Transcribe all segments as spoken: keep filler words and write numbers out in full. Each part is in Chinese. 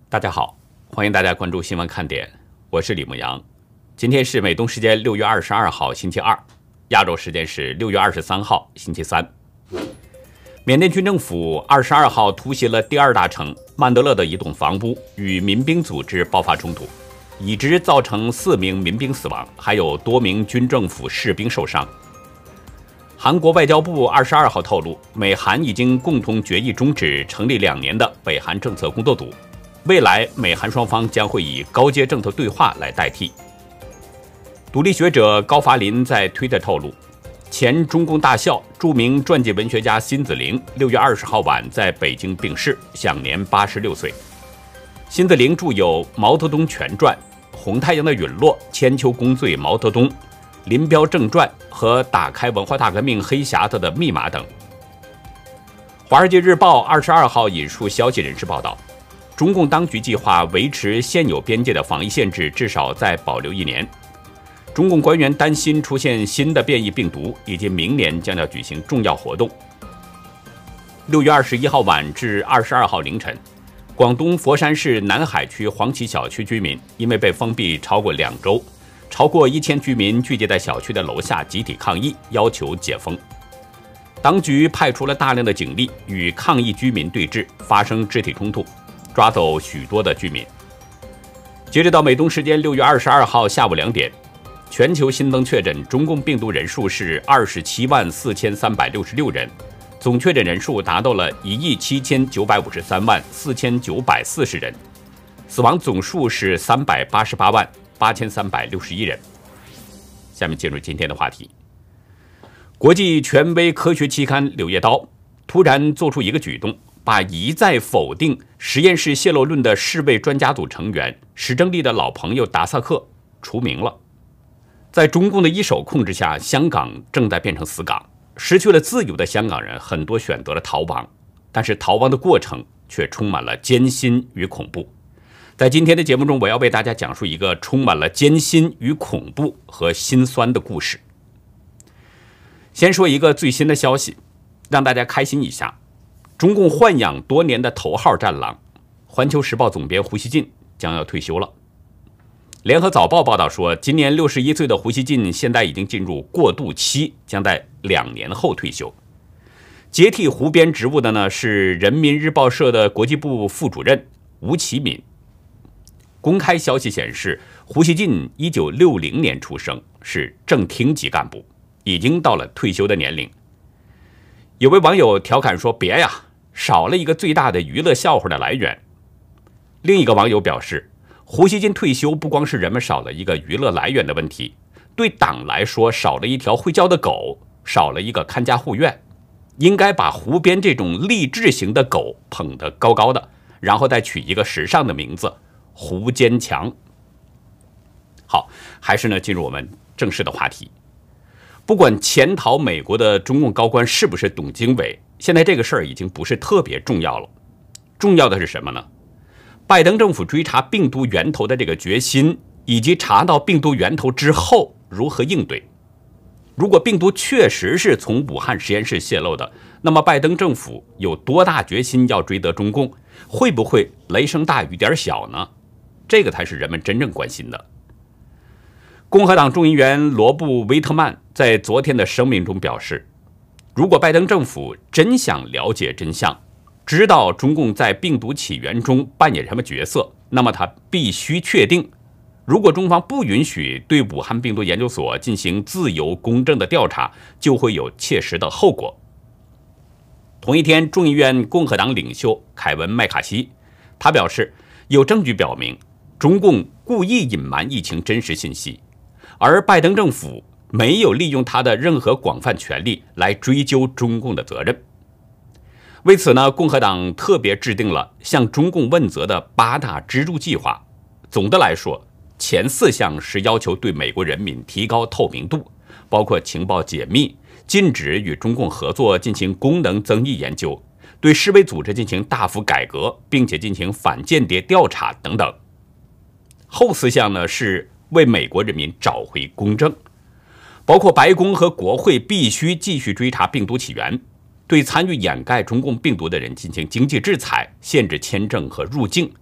大家好，欢迎大家关注新闻看点，我是李牧阳。今天是美东时间六月二十二号星期二，亚洲时间是六月二十三号星期三。缅甸军政府二十二号突袭了第二大城曼德勒的一栋房屋，与民兵组织爆发冲突，已知造成四名民兵死亡，还有多名军政府士兵受伤。韩国外交部二十二号透露，美韩已经共同决议终止成立两年的北韩政策工作组，未来美韩双方将会以高阶政策对话来代替。独立学者高伐林在推特透露，前中共大校、著名传记文学家辛子玲六月二十号晚在北京病逝，享年八十六岁。辛子玲著有《毛泽东全传》《红太阳的陨落》《千秋公罪毛泽东》《林彪正传》和《打开文化大革命黑匣子的密码》等。《华尔街日报》二十二号引述消息人士报道，中共当局计划维持现有边界的防疫限制，至少再保留一年。中共官员担心出现新的变异病毒，以及明年将要举行重要活动。六月二十一号晚至二十二号凌晨，广东佛山市南海区黄岐小区居民因为被封闭超过两周，超过一千居民聚集在小区的楼下集体抗议，要求解封。当局派出了大量的警力与抗议居民对峙，发生肢体冲突，抓走许多的居民。截止到美东时间六月二十二号下午两点，全球新增确诊中共病毒人数是二十七万四千三百六十六人，总确诊人数达到了一亿七千九百五十三万四千九百四十人，死亡总数是三百八十八万八千三百六十一人。下面进入今天的话题。国际权威科学期刊《柳叶刀》突然做出一个举动，把一再否定实验室泄露论的世卫专家组成员史正丽的老朋友达萨克除名了。在中共的一手控制下，香港正在变成死港，失去了自由的香港人很多选择了逃亡，但是逃亡的过程却充满了艰辛与恐怖。在今天的节目中，我要为大家讲述一个充满了艰辛与恐怖和心酸的故事。先说一个最新的消息，让大家开心一下。中共豢养多年的头号战狼环球时报总编胡锡进将要退休了。联合早报报道说，今年六十一岁的胡锡进现在已经进入过渡期，将在两年后退休。接替胡编职务的呢是人民日报社的国际部副主任吴启敏。公开消息显示，胡锡进一九六零年出生，是正厅级干部，已经到了退休的年龄。有位网友调侃说，别呀，少了一个最大的娱乐笑话的来源。另一个网友表示，胡锡进退休不光是人们少了一个娱乐来源的问题，对党来说少了一条会叫的狗，少了一个看家护院。应该把胡编这种励志型的狗捧得高高的，然后再取一个时尚的名字，胡坚强。好，还是呢进入我们正式的话题。不管潜逃美国的中共高官是不是董经纬，现在这个事儿已经不是特别重要了。重要的是什么呢？拜登政府追查病毒源头的这个决心，以及查到病毒源头之后如何应对。如果病毒确实是从武汉实验室泄露的，那么拜登政府有多大决心要追得中共？会不会雷声大雨点小呢？这个才是人们真正关心的。共和党众议员罗布·威特曼在昨天的声明中表示，如果拜登政府真想了解真相，知道中共在病毒起源中扮演什么角色，那么他必须确定，如果中方不允许对武汉病毒研究所进行自由公正的调查，就会有切实的后果。同一天，众议院共和党领袖凯文·麦卡锡他表示，有证据表明中共故意隐瞒疫情真实信息，而拜登政府没有利用他的任何广泛权力来追究中共的责任。为此呢，共和党特别制定了向中共问责的八大支柱计划。总的来说，前四项是要求对美国人民提高透明度，包括情报解密、禁止与中共合作进行功能增益研究、对世卫组织进行大幅改革，并且进行反间谍调查等等。后四项呢是为美国人民找回公正，包括白宫和国会必须继续追查病毒起源，对参与掩盖中共病毒的人进行经济制裁，限制签证和入境，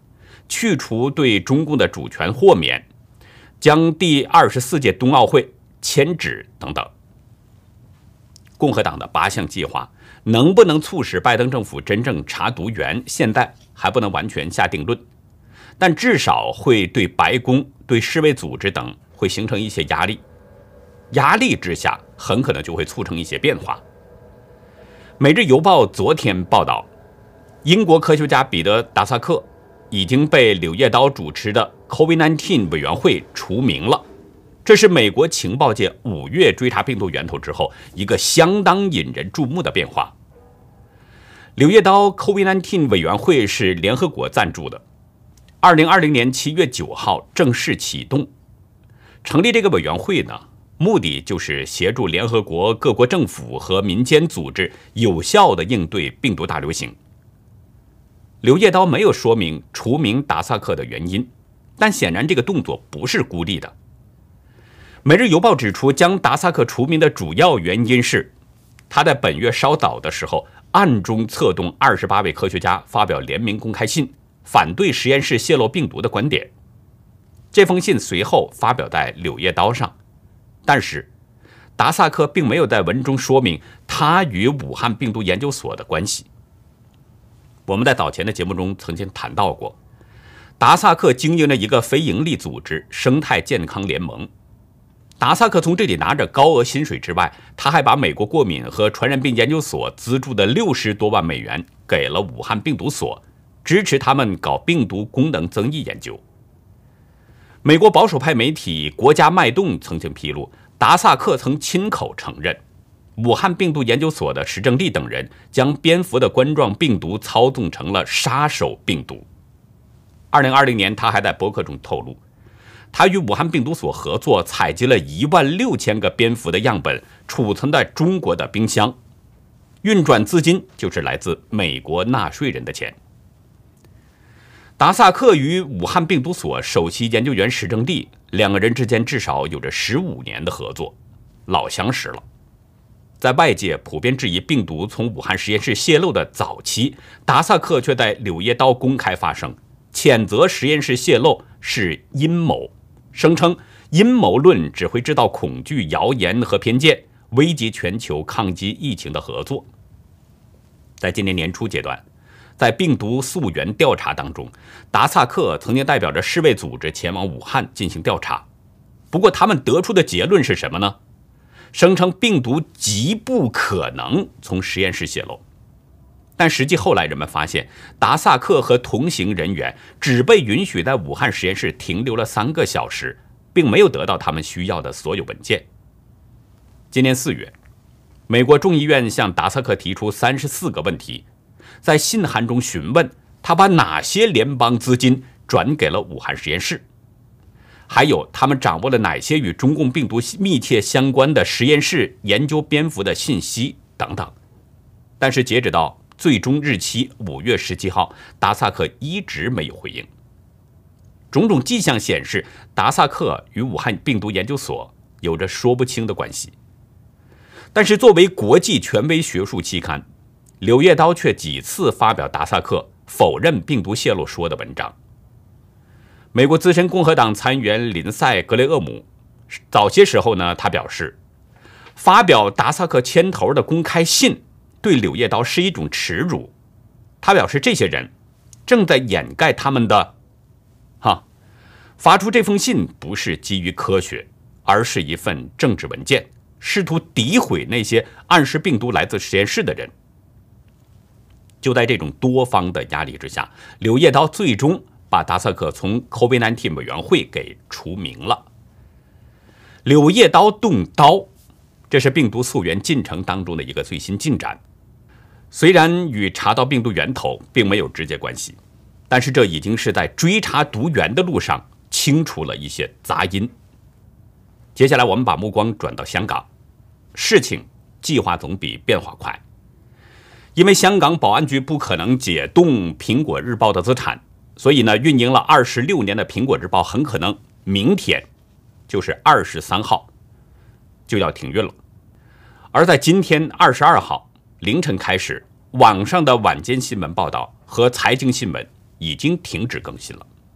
去除对中共的主权豁免，将第二十四届冬奥会迁址等等。共和党的八项计划能不能促使拜登政府真正查毒源，现在还不能完全下定论，但至少会对白宫、对世卫组织等会形成一些压力。压力之下，很可能就会促成一些变化。每日邮报昨天报道，英国科学家彼得·达萨克已经被《柳叶刀》主持的 COVID 十九 委员会除名了。这是美国情报界五月追查病毒源头之后一个相当引人注目的变化。柳叶刀 COVID 十九 委员会是联合国赞助的，二零二零年七月九号正式启动。成立这个委员会呢，目的就是协助联合国各国政府和民间组织有效地应对病毒大流行。柳叶刀没有说明除名达萨克的原因，但显然这个动作不是孤立的。每日邮报指出，将达萨克除名的主要原因是他在本月稍早的时候暗中策动二十八位科学家发表联名公开信，反对实验室泄露病毒的观点。这封信随后发表在《柳叶刀》上，但是达萨克并没有在文中说明他与武汉病毒研究所的关系。我们在早前的节目中曾经谈到过，达萨克经营了一个非营利组织生态健康联盟。达萨克从这里拿着高额薪水之外，他还把美国过敏和传染病研究所资助的六十多万美元给了武汉病毒所，支持他们搞病毒功能增益研究。美国保守派媒体《国家脉动》曾经披露，达萨克曾亲口承认，武汉病毒研究所的石正丽等人将蝙蝠的冠状病毒操纵成了杀手病毒。二零二零年，他还在博客中透露，他与武汉病毒所合作，采集了一万六千个蝙蝠的样本，储存在中国的冰箱，运转资金就是来自美国纳税人的钱。达萨克与武汉病毒所首席研究员石正丽两个人之间至少有着十五年的合作，老相识了。在外界普遍质疑病毒从武汉实验室泄露的早期，达萨克却在《柳叶刀》公开发声，谴责实验室泄露是阴谋，声称阴谋论只会制造恐惧、谣言和偏见，危及全球抗击疫情的合作。在今年年初阶段，在病毒溯源调查当中，达萨克曾经代表着世卫组织前往武汉进行调查。不过他们得出的结论是什么呢？声称病毒极不可能从实验室泄露。但实际后来人们发现，达萨克和同行人员只被允许在武汉实验室停留了三个小时，并没有得到他们需要的所有文件。今年四月，美国众议院向达萨克提出三十四个问题，在信函中询问他把哪些联邦资金转给了武汉实验室，还有他们掌握了哪些与中共病毒密切相关的实验室研究蝙蝠的信息等等。但是截止到最终日期五月十七号，达萨克一直没有回应。种种迹象显示，达萨克与武汉病毒研究所有着说不清的关系。但是作为国际权威学术期刊，《柳叶刀》却几次发表达萨克否认病毒泄露说的文章。美国资深共和党参议员林赛·格雷厄姆早些时候呢，他表示，发表达萨克牵头的公开信对《柳叶刀》是一种耻辱。他表示，这些人正在掩盖他们的哈，发出这封信不是基于科学，而是一份政治文件，试图诋毁那些暗示病毒来自实验室的人。就在这种多方的压力之下，《柳叶刀》最终把达萨克从 COVID 十九 委员会给除名了。柳叶刀动刀，这是病毒溯源进程当中的一个最新进展。虽然与查到病毒源头并没有直接关系，但是这已经是在追查毒源的路上清除了一些杂音。接下来我们把目光转到香港，事情计划总比变化快。因为香港保安局不可能解冻苹果日报的资产，所以呢，运营了二十六年的苹果日报很可能明天，就是二十三号就要停运了。而在今天二十二号凌晨开始，网上的晚间新闻报道和财经新闻已经停止更新了。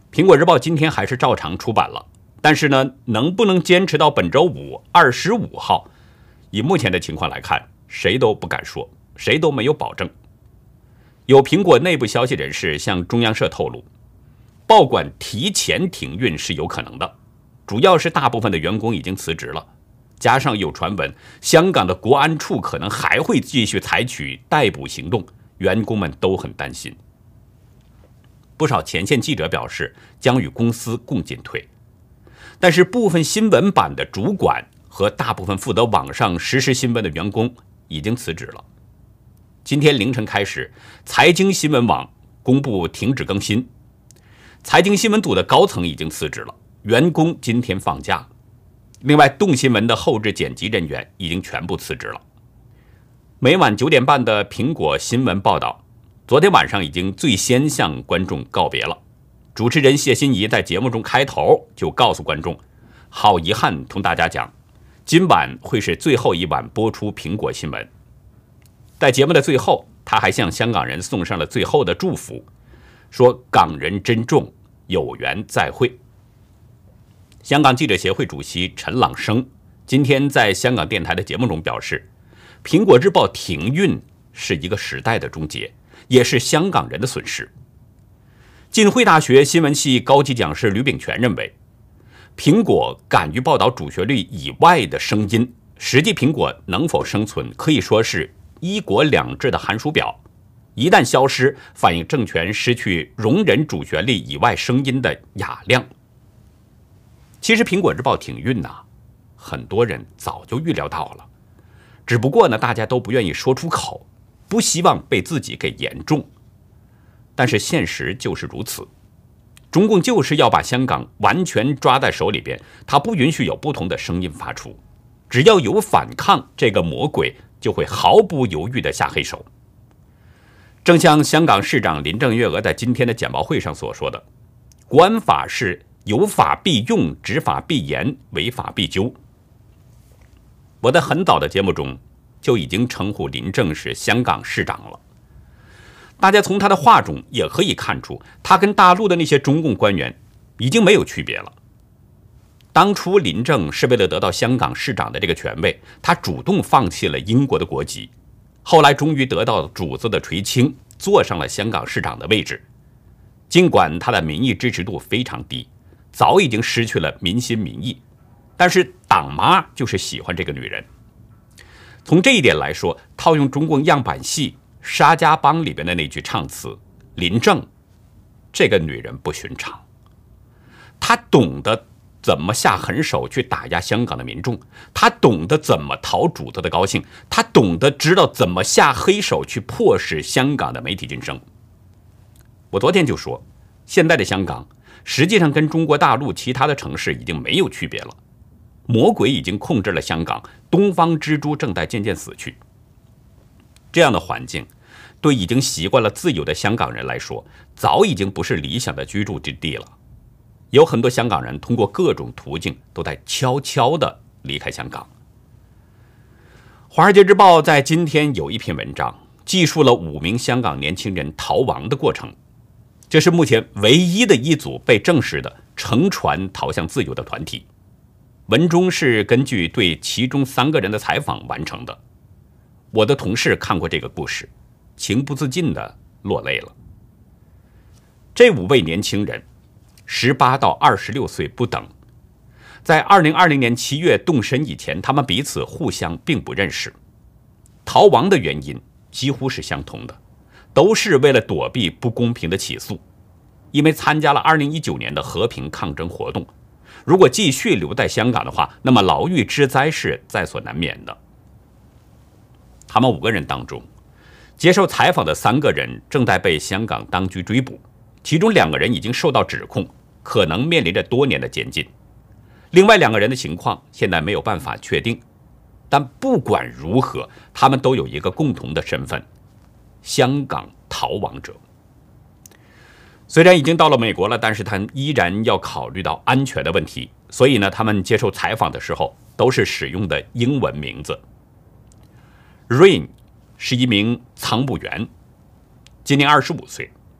苹果日报今天还是照常出版了，但是呢，能不能坚持到本周五二十五号，以目前的情况来看，谁都不敢说，谁都没有保证。有苹果内部消息人士向中央社透露，报馆提前停运是有可能的，主要是大部分的员工已经辞职了，加上有传闻香港的国安处可能还会继续采取逮捕行动，员工们都很担心。不少前线记者表示将与公司共进退，但是部分新闻版的主管和大部分负责网上实时新闻的员工已经辞职了。今天凌晨开始，财经新闻网公布停止更新，财经新闻组的高层已经辞职了，员工今天放假。另外，动新闻的后制剪辑人员已经全部辞职了。每晚九点半的苹果新闻报道，昨天晚上已经最先向观众告别了。主持人谢欣怡在节目中开头就告诉观众，好遗憾同大家讲，今晚会是最后一晚播出苹果新闻。在节目的最后，他还向香港人送上了最后的祝福，说港人珍重，有缘再会。香港记者协会主席陈朗生今天在香港电台的节目中表示，苹果日报停运是一个时代的终结，也是香港人的损失。浸会大学新闻系高级讲师吕秉权认为，苹果敢于报道主旋律以外的声音，实际苹果能否生存可以说是一国两制的寒暑表，一旦消失，反映政权失去容忍主旋律以外声音的雅量。其实苹果日报停运呐、啊，很多人早就预料到了，只不过呢，大家都不愿意说出口，不希望被自己给言中。但是现实就是如此，中共就是要把香港完全抓在手里边，他不允许有不同的声音发出，只要有反抗，这个魔鬼就会毫不犹豫地下黑手。正像香港市长林郑月娥在今天的简报会上所说的，国安法是有法必用，执法必严，违法必究。我在很早的节目中就已经称呼林郑是香港市长了。大家从他的话中也可以看出，他跟大陆的那些中共官员已经没有区别了。当初林郑是为了得到香港市长的这个权位，他主动放弃了英国的国籍，后来终于得到主子的垂青，坐上了香港市长的位置。尽管他的民意支持度非常低，早已经失去了民心民意，但是党妈就是喜欢这个女人。从这一点来说，套用中共样板戏沙家浜里边的那句唱词，林郑这个女人不寻常，她懂得怎么下狠手去打压香港的民众，她懂得怎么讨主子的高兴，她懂得知道怎么下黑手去迫使香港的媒体晋升。我昨天就说，现在的香港实际上跟中国大陆其他的城市已经没有区别了，魔鬼已经控制了香港，东方之珠正在渐渐死去。这样的环境对已经习惯了自由的香港人来说，早已经不是理想的居住之地了。有很多香港人通过各种途径都在悄悄地离开香港。华尔街日报在今天有一篇文章，记述了五名香港年轻人逃亡的过程。这是目前唯一的一组被证实的乘船逃向自由的团体。文中是根据对其中三个人的采访完成的。我的同事看过这个故事，情不自禁地落泪了。这五位年轻人十八到二十六岁不等，在二零二零年七月动身以前，他们彼此互相并不认识。逃亡的原因几乎是相同的，都是为了躲避不公平的起诉。因为参加了二零一九年的和平抗争活动，如果继续留在香港的话，那么牢狱之灾是在所难免的。他们五个人当中，接受采访的三个人正在被香港当局追捕，其中两个人已经受到指控，可能面临着多年的监禁。另外两个人的情况现在没有办法确定，但不管如何，他们都有一个共同的身份：香港逃亡者。虽然已经到了美国了，但是他依然要考虑到安全的问题，所以呢，他们接受采访的时候都是使用的英文名字。Rain 是一名仓务员，今年二十五岁。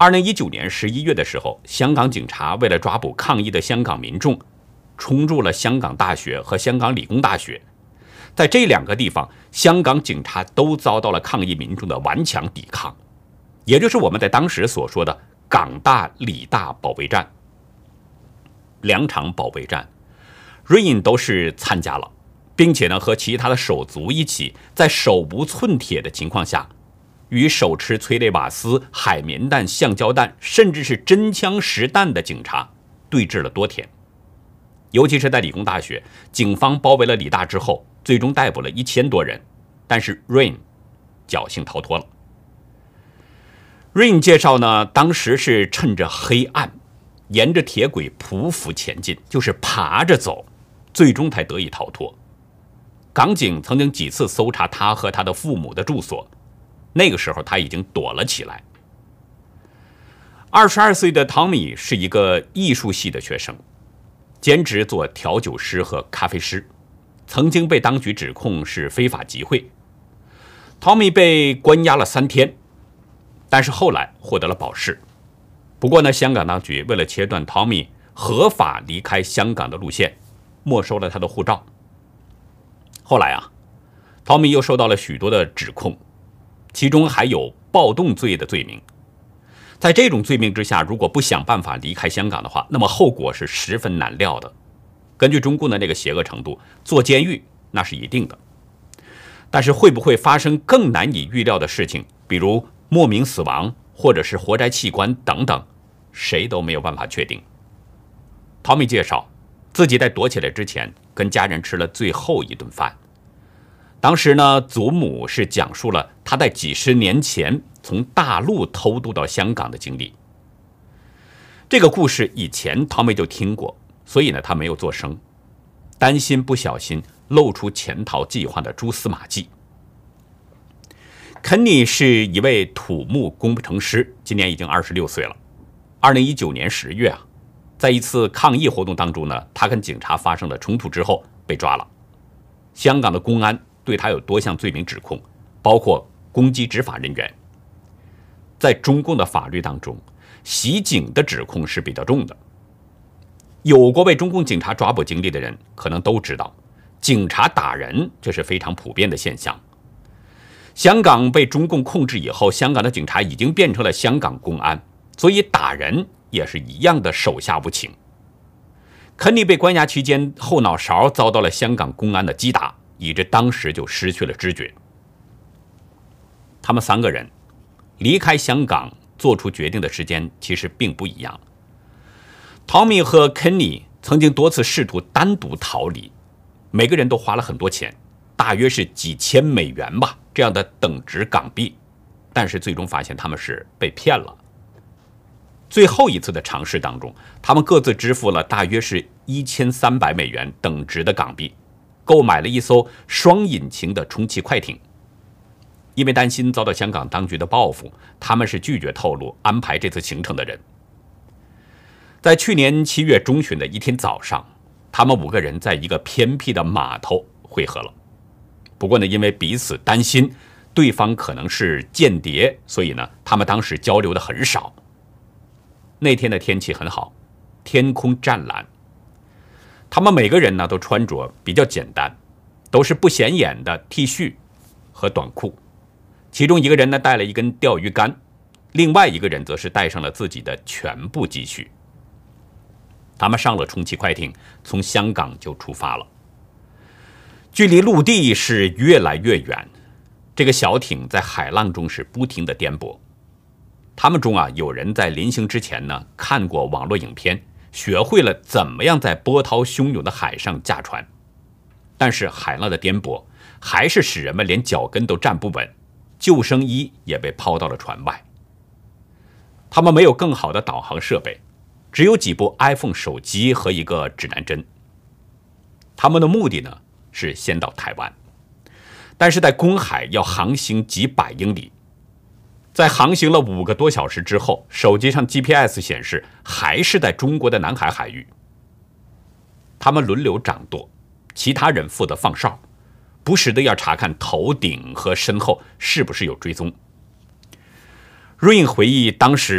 二零一九年十一月的时候，香港警察为了抓捕抗议的香港民众，冲入了香港大学和香港理工大学。在这两个地方，香港警察都遭到了抗议民众的顽强抵抗，也就是我们在当时所说的港大理大保卫战。两场保卫战 Rain 都是参加了，并且呢和其他的手足一起在手无寸铁的情况下，与手持催泪瓦斯、海绵弹、橡胶弹，甚至是真枪实弹的警察对峙了多天。尤其是在理工大学，警方包围了理大之后，最终逮捕了一千多人，但是 Rain 侥幸逃脱了。Rain 介绍呢，当时是趁着黑暗，沿着铁轨匍匐前进，就是爬着走，最终才得以逃脱。港警曾经几次搜查他和他的父母的住所，那个时候他已经躲了起来。二十二岁的 Tommy 是一个艺术系的学生，兼职做调酒师和咖啡师，曾经被当局指控是非法集会。Tommy 被关押了三天，但是后来获得了保释。不过呢，香港当局为了切断 Tommy 合法离开香港的路线，没收了他的护照。后来啊 ，Tommy 又受到了许多的指控，其中还有暴动罪的罪名。在这种罪名之下，如果不想办法离开香港的话，那么后果是十分难料的。根据中共的那个邪恶程度，坐监狱那是一定的。但是会不会发生更难以预料的事情，比如莫名死亡，或者是活摘器官等等，谁都没有办法确定。Tommy 介绍，自己在躲起来之前，跟家人吃了最后一顿饭。当时呢，祖母是讲述了他在几十年前从大陆偷渡到香港的经历。这个故事以前 Tommy 就听过，所以呢，他没有作声，担心不小心露出潜逃计划的蛛丝马迹。Kenny 是一位土木工程师，今年已经二十六岁了。二零一九年十月啊，在一次抗议活动当中呢，他跟警察发生了冲突之后被抓了。香港的公安对他有多项罪名指控，包括攻击执法人员。在中共的法律当中，袭警的指控是比较重的。有过被中共警察抓捕经历的人可能都知道，警察打人这是非常普遍的现象。香港被中共控制以后，香港的警察已经变成了香港公安，所以打人也是一样的手下无情。肯尼被关押期间，后脑勺遭到了香港公安的击打，以致当时就失去了知觉。他们三个人离开香港做出决定的时间其实并不一样。Tommy 和 Kenny 曾经多次试图单独逃离，每个人都花了很多钱，大约是几千美元吧，这样的等值港币，但是最终发现他们是被骗了。最后一次的尝试当中，他们各自支付了大约是一千三百美元等值的港币，购买了一艘双引擎的充气快艇。因为担心遭到香港当局的报复，他们是拒绝透露安排这次行程的人。在去年七月中旬的一天早上，他们五个人在一个偏僻的码头会合了。不过呢，因为彼此担心对方可能是间谍，所以呢，他们当时交流的很少。那天的天气很好，天空湛蓝。他们每个人呢都穿着比较简单，都是不显眼的 T 恤和短裤。其中一个人呢带了一根钓鱼竿，另外一个人则是带上了自己的全部积蓄。他们上了充气快艇，从香港就出发了。距离陆地是越来越远，这个小艇在海浪中是不停的颠簸。他们中啊，有人在临行之前呢看过网络影片，学会了怎么样在波涛汹涌的海上驾船。但是海浪的颠簸还是使人们连脚跟都站不稳，救生衣也被抛到了船外。他们没有更好的导航设备，只有几部 iPhone 手机和一个指南针。他们的目的呢是先到台湾，但是在公海要航行几百英里。在航行了五个多小时之后，手机上 G P S 显示还是在中国的南海海域。他们轮流掌舵，其他人负责放哨，不时的要查看头顶和身后是不是有追踪。Rain 回忆当时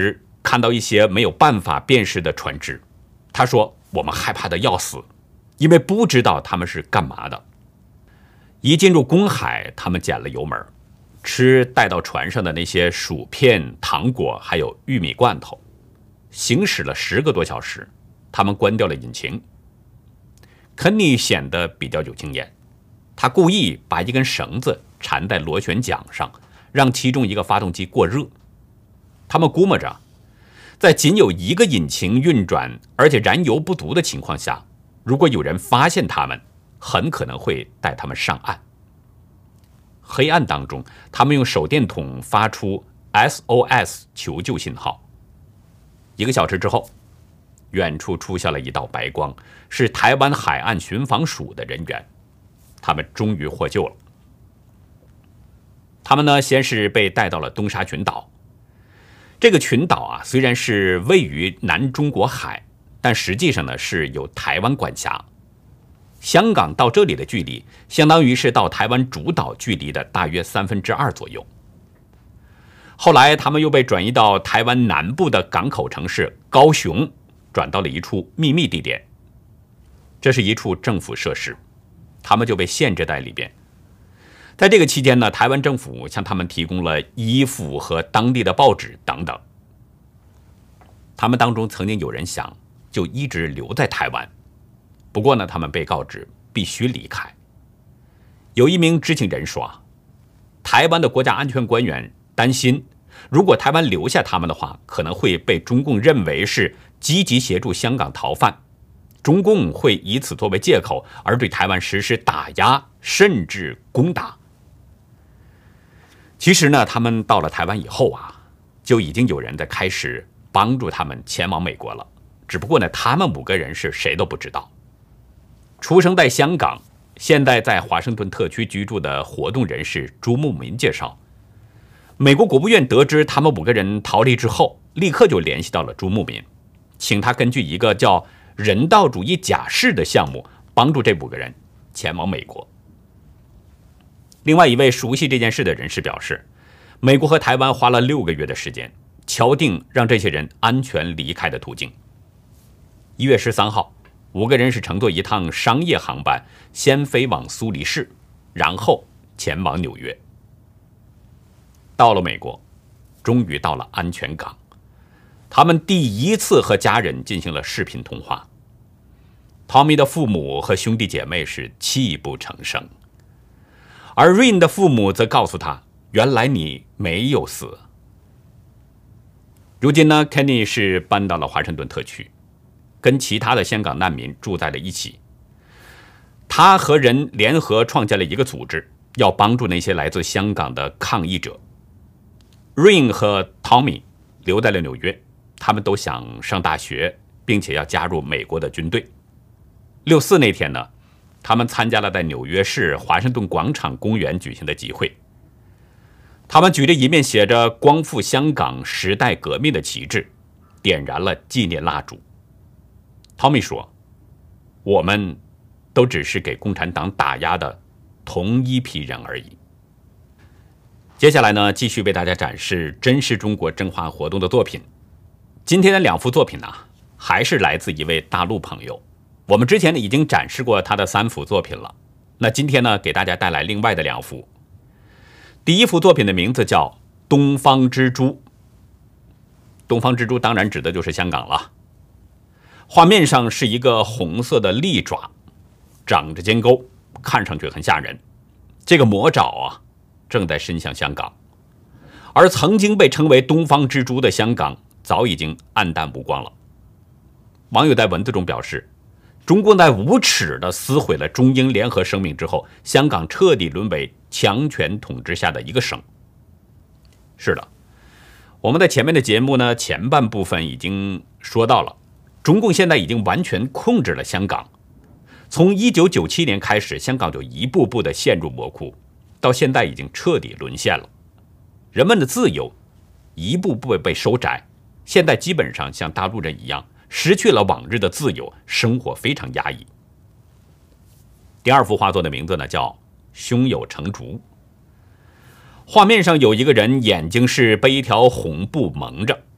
看到一些没有办法辨识的船只，他说我们害怕的要死，因为不知道他们是干嘛的。一进入公海，他们减了油门，吃带到船上的那些薯片、糖果还有玉米罐头。行驶了十个多小时，他们关掉了引擎。肯尼显得比较有经验，他故意把一根绳子缠在螺旋桨上，让其中一个发动机过热。他们估摸着，在仅有一个引擎运转而且燃油不足的情况下，如果有人发现他们，很可能会带他们上岸。黑暗当中，他们用手电筒发出 S O S 求救信号。一个小时之后，远处出现了一道白光，是台湾海岸巡防署的人员，他们终于获救了。他们呢，先是被带到了东沙群岛。这个群岛啊，虽然是位于南中国海，但实际上呢是由台湾管辖。香港到这里的距离，相当于是到台湾主岛距离的大约三分之二左右。后来，他们又被转移到台湾南部的港口城市高雄，转到了一处秘密地点。这是一处政府设施，他们就被限制在里边。在这个期间呢，台湾政府向他们提供了衣服和当地的报纸等等。他们当中曾经有人想就一直留在台湾，不过呢，他们被告知必须离开。有一名知情人说啊，台湾的国家安全官员担心，如果台湾留下他们的话，可能会被中共认为是积极协助香港逃犯，中共会以此作为借口而对台湾实施打压，甚至攻打。其实呢，他们到了台湾以后啊，就已经有人在开始帮助他们前往美国了，只不过呢，他们五个人是谁都不知道。出生在香港，现在在华盛顿特区居住的活动人士朱慕民介绍，美国国务院得知他们五个人逃离之后，立刻就联系到了朱慕民，请他根据一个叫人道主义假释的项目，帮助这五个人前往美国。另外一位熟悉这件事的人士表示，美国和台湾花了六个月的时间，敲定让这些人安全离开的途径。一月十三号，五个人是乘坐一趟商业航班，先飞往苏黎世，然后前往纽约。到了美国，终于到了安全港，他们第一次和家人进行了视频通话。汤米的父母和兄弟姐妹是泣不成声，而 Rain 的父母则告诉他，原来你没有死。如今呢 Kenny 是搬到了华盛顿特区，跟其他的香港难民住在了一起。他和人联合创建了一个组织，要帮助那些来自香港的抗议者。Rain 和 Tommy 留在了纽约，他们都想上大学，并且要加入美国的军队。六四那天呢，他们参加了在纽约市华盛顿广场公园举行的集会。他们举着一面写着“光复香港时代革命”的旗帜，点燃了纪念蜡烛。Tommy 说，我们都只是给共产党打压的同一批人而已。接下来呢，继续为大家展示真实中国真话活动的作品。今天的两幅作品呢，还是来自一位大陆朋友。我们之前呢已经展示过他的三幅作品了，那今天呢给大家带来另外的两幅。第一幅作品的名字叫《东方之珠》。东方之珠当然指的就是香港了。画面上是一个红色的利爪，长着尖钩，看上去很吓人。这个魔爪啊，正在伸向香港，而曾经被称为东方之珠的香港早已经黯淡无光了。网友在文字中表示，中共在无耻地撕毁了中英联合声明之后，香港彻底沦为强权统治下的一个省。是的，我们在前面的节目呢，前半部分已经说到了，中共现在已经完全控制了香港。从一九九七年开始，香港就一步步地陷入魔窟，到现在已经彻底沦陷了。人们的自由一步步被收窄，现在基本上像大陆人一样，失去了往日的自由，生活非常压抑。第二幅画作的名字呢叫胸有成竹。画面上有一个人眼睛是被一条红布蒙着，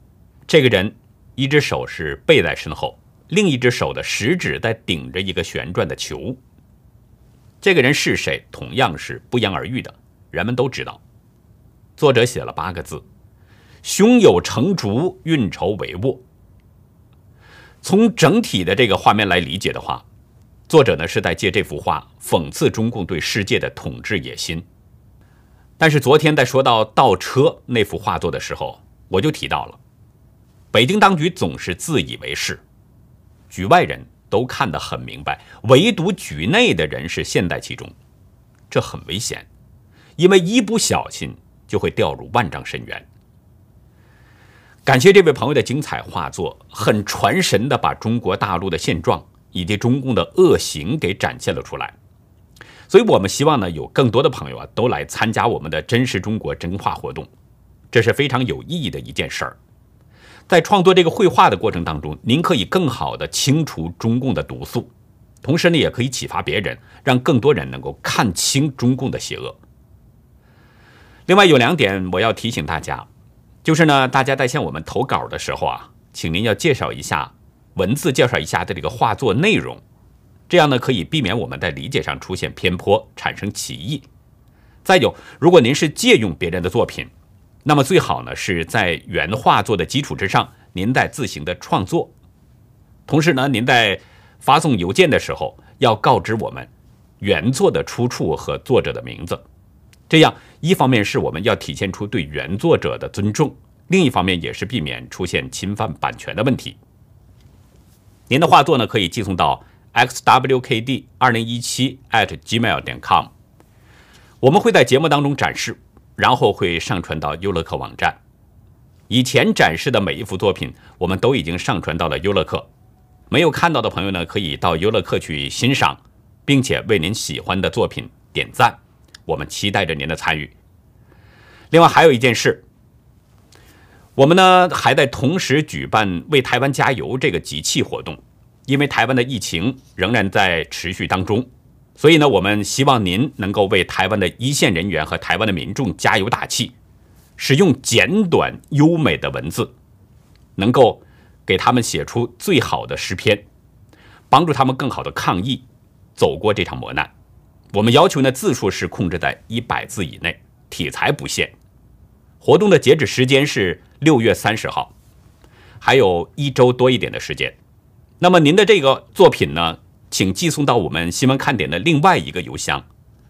这个人一只手是背在身后，另一只手的食指在顶着一个旋转的球。这个人是谁，同样是不言而喻的，人们都知道。作者写了八个字：胸有成竹，运筹帷幄。从整体的这个画面来理解的话，作者呢是在借这幅画讽刺中共对世界的统治野心。但是昨天在说到倒车那幅画作的时候，我就提到了，北京当局总是自以为是，局外人都看得很明白，唯独局内的人是陷在其中，这很危险，因为一不小心就会掉入万丈深渊。感谢这位朋友的精彩画作，很传神地把中国大陆的现状以及中共的恶行给展现了出来。所以我们希望呢，有更多的朋友啊，都来参加我们的真实中国真画活动，这是非常有意义的一件事儿。在创作这个绘画的过程当中，您可以更好地清除中共的毒素，同时呢，也可以启发别人，让更多人能够看清中共的邪恶。另外有两点我要提醒大家，就是呢，大家在向我们投稿的时候啊，请您要介绍一下文字，介绍一下的这个画作内容，这样呢可以避免我们在理解上出现偏颇，产生歧义。再有，如果您是借用别人的作品，那么最好呢是在原画作的基础之上，您再自行的创作。同时呢，您在发送邮件的时候要告知我们原作的出处和作者的名字。这样一方面是我们要体现出对原作者的尊重，另一方面也是避免出现侵犯版权的问题。您的画作呢可以寄送到 x w k d 二零一七 at gmail 点 com， 我们会在节目当中展示，然后会上传到优乐客网站。以前展示的每一幅作品我们都已经上传到了优乐客，没有看到的朋友呢可以到优乐客去欣赏，并且为您喜欢的作品点赞，我们期待着您的参与。另外还有一件事，我们呢还在同时举办为台湾加油这个集气活动，因为台湾的疫情仍然在持续当中，所以呢我们希望您能够为台湾的一线人员和台湾的民众加油打气，使用简短优美的文字，能够给他们写出最好的诗篇，帮助他们更好的抗疫，走过这场磨难。我们要求呢字数是控制在一百字以内，题材不限。活动的截止时间是六月三十号，还有一周多一点的时间。那么您的这个作品呢，请寄送到我们新闻看点的另外一个邮箱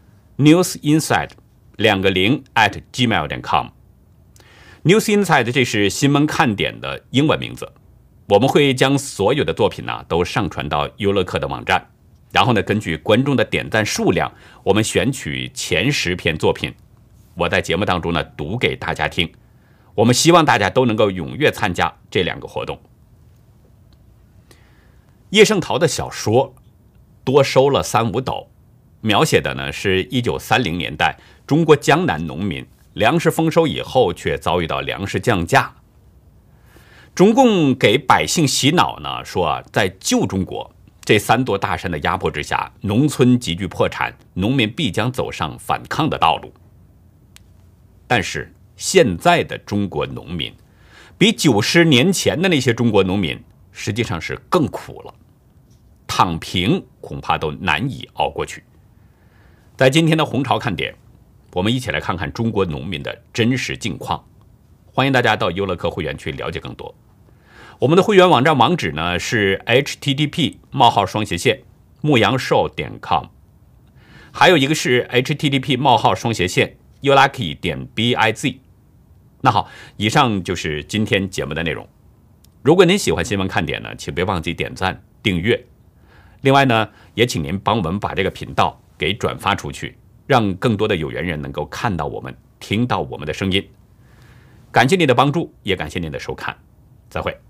newsinside 两个零 at gmail 点 com。newsinside 这是新闻看点的英文名字。我们会将所有的作品呢都上传到优乐客的网站，然后呢根据观众的点赞数量，我们选取前十篇作品，我在节目当中呢读给大家听。我们希望大家都能够踊跃参加这两个活动。叶圣陶的小说多收了三五斗，描写的呢是一九三零年代中国江南农民粮食丰收以后却遭遇到粮食降价。中共给百姓洗脑呢，说啊，在旧中国这三座大山的压迫之下，农村急剧破产，农民必将走上反抗的道路。但是现在的中国农民比九十年前的那些中国农民实际上是更苦了，躺平恐怕都难以熬过去。在今天的红潮看点，我们一起来看看中国农民的真实境况。欢迎大家到优乐客会员区了解更多。我们的会员网站网址呢是 h t t p 冒号双斜线牧羊兽点 com， 还有一个是 h t t p 冒号双斜线 youlucky 点 biz。 那好，以上就是今天节目的内容。如果您喜欢新闻看点呢，请别忘记点赞订阅。另外呢，也请您帮我们把这个频道给转发出去，让更多的有缘人能够看到我们，听到我们的声音。感谢您的帮助，也感谢您的收看，再会。